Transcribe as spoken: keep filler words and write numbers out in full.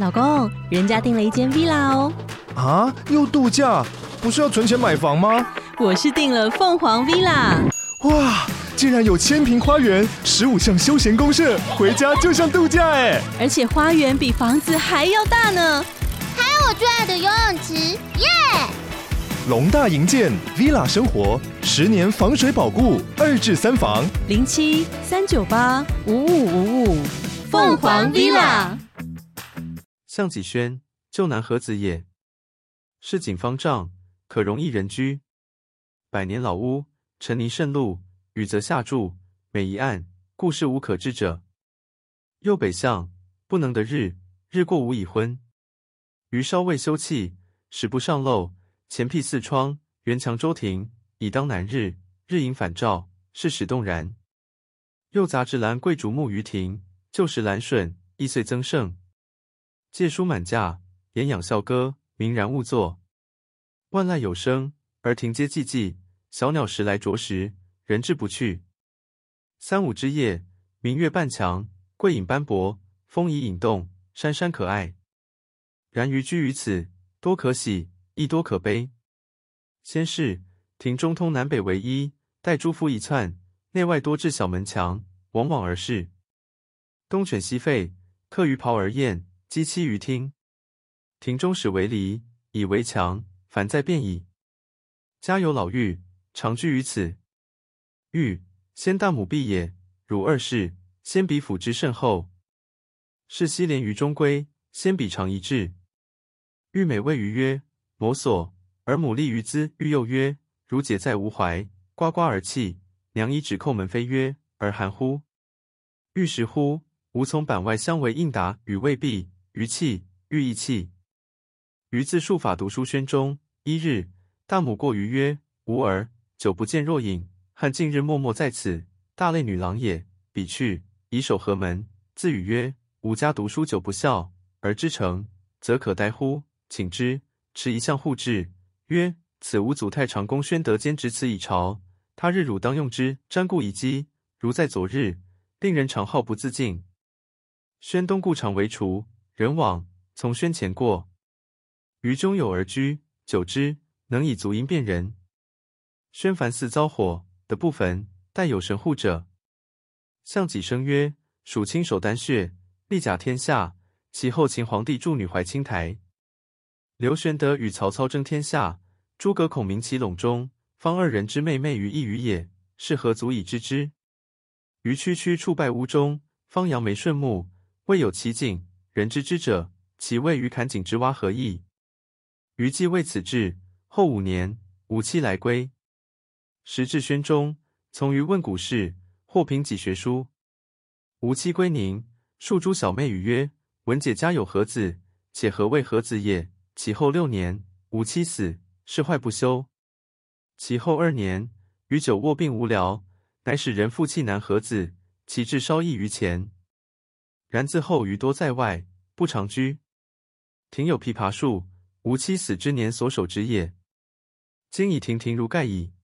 老公，人家订了一间 villa 哦。 啊，又度假？不是要存钱买房吗？ 我是订了凤凰 villa。 哇，竟然有千坪花园，十五项休闲公设，回家就像度假哎！ 而且花园比房子还要大呢。 还有我最爱的游泳池，耶！ 龙大营建 villa 生活，十年防水保固，二至三房， 零七三九八五五五五，凤凰 villa。 项脊轩，旧南河子也。市井方丈，可容一人居。百年老屋，尘泥渗露，雨则下注，每一案，故事无可知者。右北向，不能得日，日过无已昏。余稍未休憩，使不上漏，前辟四窗，圆墙周庭，以当南日，日影反照，是使动然。又杂植兰桂竹木于庭，旧时兰笋，亦遂增盛。借书满架，言养笑歌，明然勿作。万籁有声，而庭阶寂寂，小鸟时来啄食，人至不去。三五之夜，明月半墙，桂影斑驳，风移影动，珊珊可爱。然余居于此，多可喜，亦多可悲。先是，庭中通南北为一，带朱敷一窜，内外多置小门墙，往往而视。东犬西吠，客于袍而宴，鸡栖于厅。庭中始为篱，以为墙，凡在便矣。家有老妪，常居于此。妪，先大母婢也，汝二世，先彼抚之甚厚。是西连于中闺，先彼常一至。妪每谓于曰：某所。而母立于兹，妪又曰：如姐在吾怀，呱呱而泣。娘以指叩门扉曰：而含乎？妪时乎，吾从板外相为应答与未毕，余泣，妪亦泣。余自术法读书轩中，一日，大母过于曰：吾儿，久不见若隐，汉近日默默在此，大类女郎也。彼去，以手合门，自语曰：吾家读书久不效，而知成，则可待乎？请之，持一项护至，曰：此吾祖太常公宣德兼执此以朝，他日汝当用之，瞻顾以积。如在昨日，令人常好不自禁。宣东故常为厨，人往，从宣前过。余中有而居，久之，能以足音辨人。宣凡似遭火，得不焚，待有神护者。项脊生曰：蜀亲手丹穴，立甲天下，其后秦皇帝筑女怀清台。刘玄德与曹操争天下，诸葛孔明其陇中，方二人之妹妹于一隅也，是何足以知之？余区区处败屋中，方扬眉顺目，未有其景，人知之者，其谓于坎井之蛙何异？余既为此志，后五年，吾妻来归。时至宣中，从余问古事，或评几学书。吾妻归宁，数诸小妹语曰：闻姐家有何子，且何谓何子也？其后六年，吾妻死，事坏不休。其后二年，余久卧病无聊，乃使人负弃男何子，其志稍异于前。然自后余多在外，不常居。庭有枇杷树，吾妻死之年所守之也。今已亭亭如盖矣。